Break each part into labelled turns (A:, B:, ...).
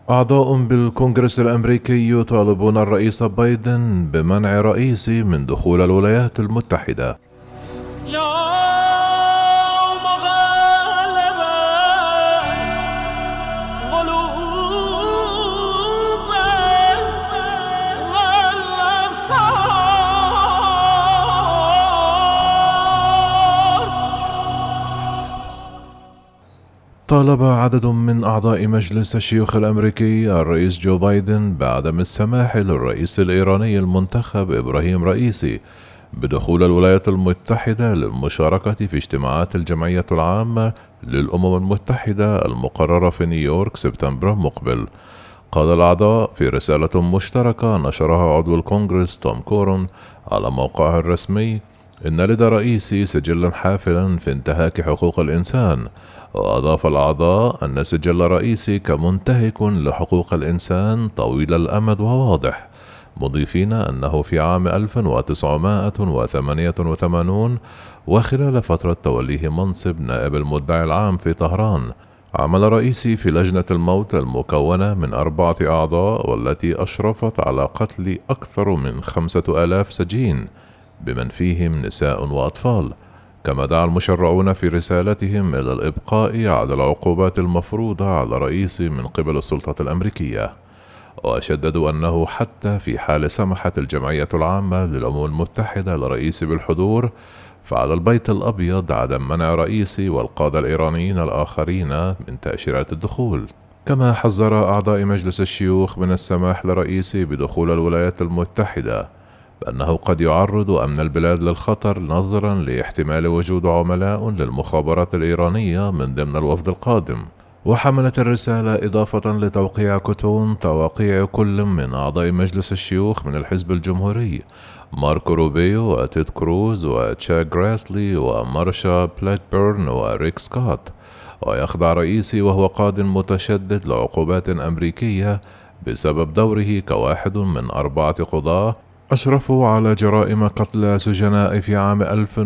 A: أعضاء بالكونغرس الأمريكي يطالبون الرئيس بايدن بمنع رئيسي من دخول الولايات المتحدة.
B: يوم غلب قلوب
A: طالب عدد من أعضاء مجلس الشيوخ الأمريكي الرئيس جو بايدن بعدم السماح للرئيس الإيراني المنتخب إبراهيم رئيسي بدخول الولايات المتحدة للمشاركة في اجتماعات الجمعية العامة للأمم المتحدة المقررة في نيويورك سبتمبر المقبل. قال الأعضاء في رسالة مشتركة نشرها عضو الكونغرس توم كورن على موقعه الرسمي إن لدى رئيسي سجلا حافلا في انتهاك حقوق الإنسان. وأضاف الأعضاء أن سجل رئيسي كمنتهك لحقوق الإنسان طويل الأمد وواضح، مضيفين أنه في عام 1988 وخلال فترة توليه منصب نائب المدعي العام في طهران عمل رئيسي في لجنة الموت المكونة من 4 أعضاء، والتي أشرفت على قتل أكثر من 5000 سجين بمن فيهم نساء وأطفال. كما دعا المشرعون في رسالتهم إلى الإبقاء على العقوبات المفروضة على رئيسي من قبل السلطات الأمريكية، وشددوا أنه حتى في حال سمحت الجمعية العامة للأمم المتحدة لرئيسي بالحضور، فعلى البيت الأبيض عدم منع رئيسي والقادة الإيرانيين الآخرين من تأشيرات الدخول. كما حذر أعضاء مجلس الشيوخ من السماح لرئيسي بدخول الولايات المتحدة بأنه قد يعرض أمن البلاد للخطر نظرا لاحتمال وجود عملاء للمخابرات الإيرانية من ضمن الوفد القادم. وحملت الرسالة إضافة لتوقيع كتون توقيع كل من أعضاء مجلس الشيوخ من الحزب الجمهوري ماركو روبيو وتيد كروز وتشاك غراسلي ومارشا بلاكبيرن وريك سكوت، ويخضع رئيسي وهو قاد متشدد لعقوبات أمريكية بسبب دوره كواحد من 4 قضاة أشرفوا على جرائم قتل سجناء في عام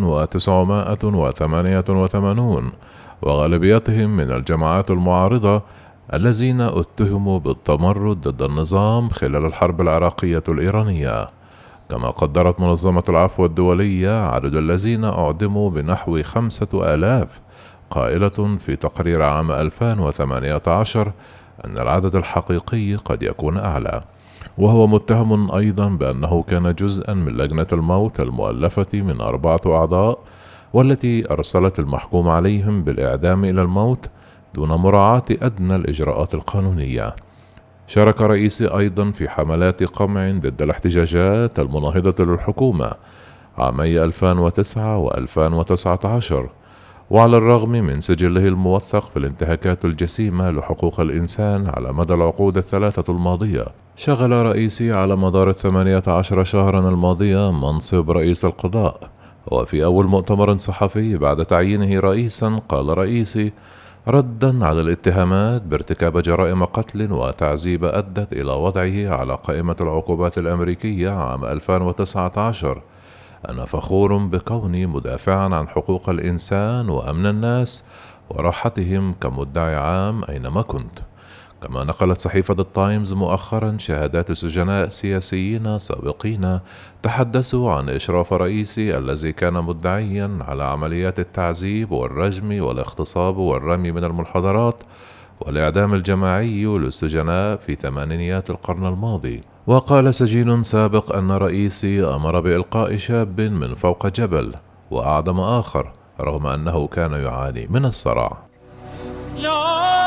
A: 1988، وغالبيتهم من الجماعات المعارضة الذين اتهموا بالتمرد ضد النظام خلال الحرب العراقية الإيرانية. كما قدرت منظمة العفو الدولية عدد الذين أعدموا بنحو 5000، قائلة في تقرير عام 2018 أن العدد الحقيقي قد يكون أعلى. وهو متهم أيضا بأنه كان جزءا من لجنة الموت المؤلفة من 4 أعضاء، والتي أرسلت المحكوم عليهم بالإعدام إلى الموت دون مراعاة أدنى الإجراءات القانونية. شارك رئيسي أيضا في حملات قمع ضد الاحتجاجات المناهضة للحكومة عامي 2009 و2019، وعلى الرغم من سجله الموثق في الانتهاكات الجسيمة لحقوق الإنسان على مدى العقود ال3 الماضية، شغل رئيسي على مدار 18 شهرا الماضية منصب رئيس القضاء. وفي أول مؤتمر صحفي بعد تعيينه رئيسا قال رئيسي ردا على الاتهامات بارتكاب جرائم قتل وتعذيب أدت إلى وضعه على قائمة العقوبات الأمريكية عام 2019: أنا فخور بكوني مدافعا عن حقوق الإنسان وأمن الناس وراحتهم كمدعي عام أينما كنت. كما نقلت صحيفة التايمز مؤخرا شهادات سجناء سياسيين سابقين تحدثوا عن إشراف رئيسي الذي كان مدعيا على عمليات التعذيب والرجم والاغتصاب والرمي من المنحدرات والإعدام الجماعي للسجناء في 8 القرن الماضي. وقال سجين سابق أن رئيسي أمر بإلقاء شاب من فوق جبل وأعدم آخر رغم أنه كان يعاني من الصرع.